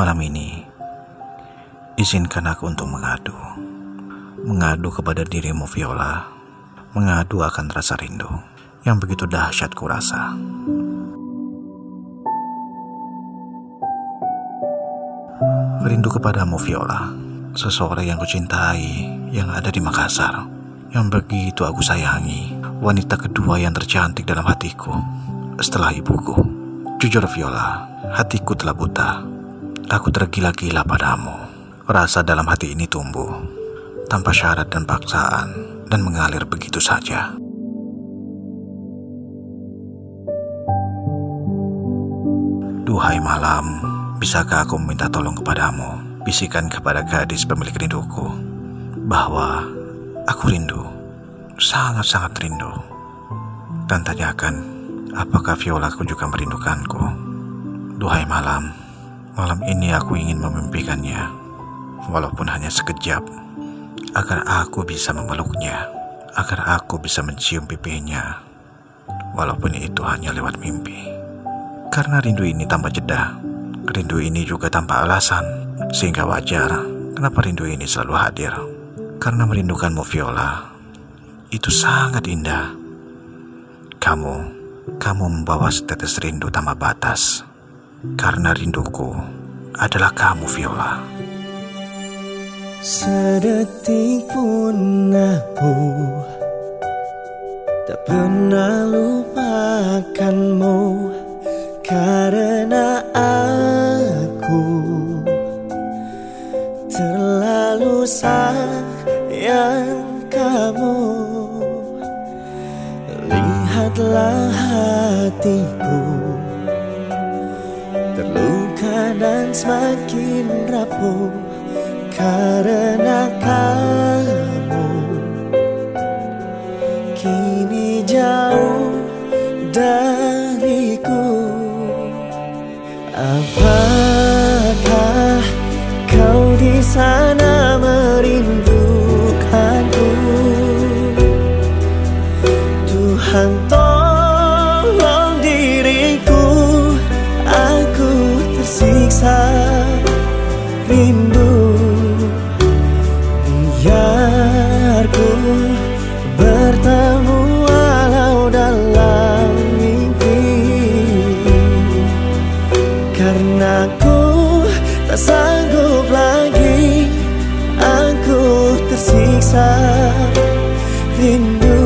Malam ini, izinkan aku untuk mengadu. Mengadu kepada dirimu, Viola. Mengadu akan rasa rindu yang begitu dahsyat kurasa. Rindu kepadamu, Viola. Seseorang yang kucintai, yang ada di Makassar, yang begitu aku sayangi. Wanita kedua yang tercantik dalam hatiku setelah ibuku. Jujur, Viola, hatiku telah buta. Aku tergila-gila padamu. Rasa dalam hati ini tumbuh tanpa syarat dan paksaan, dan mengalir begitu saja. Duhai malam, bisakah aku meminta tolong kepadamu? Bisikan kepada gadis pemilik rinduku bahwa aku rindu, sangat-sangat rindu. Dan tanyakan, apakah Violaku juga merindukanku? Duhai malam, malam ini aku ingin memimpikannya, walaupun hanya sekejap, agar aku bisa memeluknya, agar aku bisa mencium pipinya, walaupun itu hanya lewat mimpi. Karena rindu ini tanpa jeda, rindu ini juga tanpa alasan, sehingga wajar kenapa rindu ini selalu hadir. Karena merindukanmu, Viola, itu sangat indah. Kamu membawa setetes rindu tanpa batas. Karena rinduku adalah kamu, Viola. Sedetik pun aku tak pernah lupakanmu, karena aku terlalu sayang kamu. Lihatlah hatiku terluka dan semakin rapuh karena kamu kini jauh dariku. Apakah kau di sana merindukanku? Tuhan tolong diriku, aku tersiksa rindu. Biar ku bertemu walau dalam mimpi, karena ku tak sanggup lagi, aku tersiksa rindu.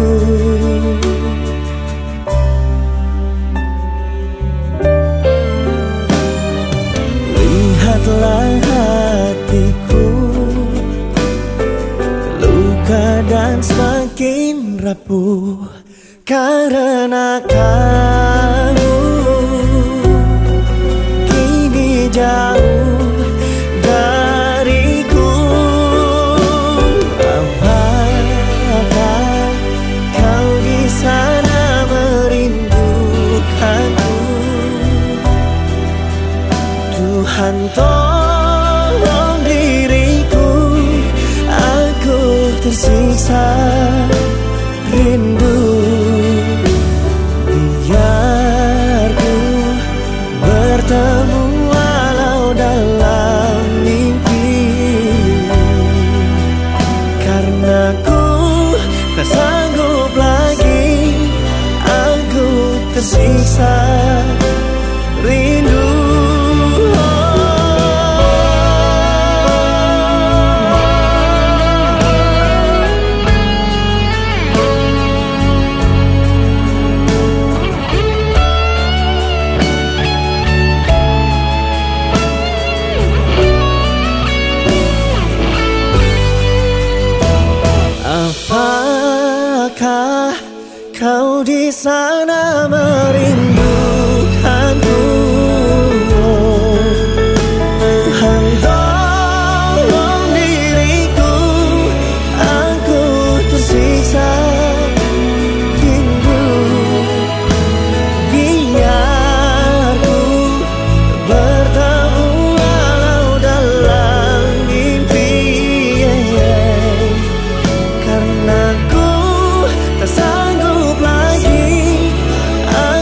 Lihatlah hatiku luka dan semakin rapuh karena kamu kini jauh dariku. Apakah kau di sana merindukanku? Tuhan tolong diriku, aku tersiksa rindu. Biar ku bertemu walau dalam mimpi, karena ku tak sanggup lagi, aku tersiksa rindu. Apakah kau di sana merindukanku? Tuhan tolong diriku, aku tersiksa rindu. Biar ku bertemu walau dalam mimpi, karena ku tak sanggup lagi,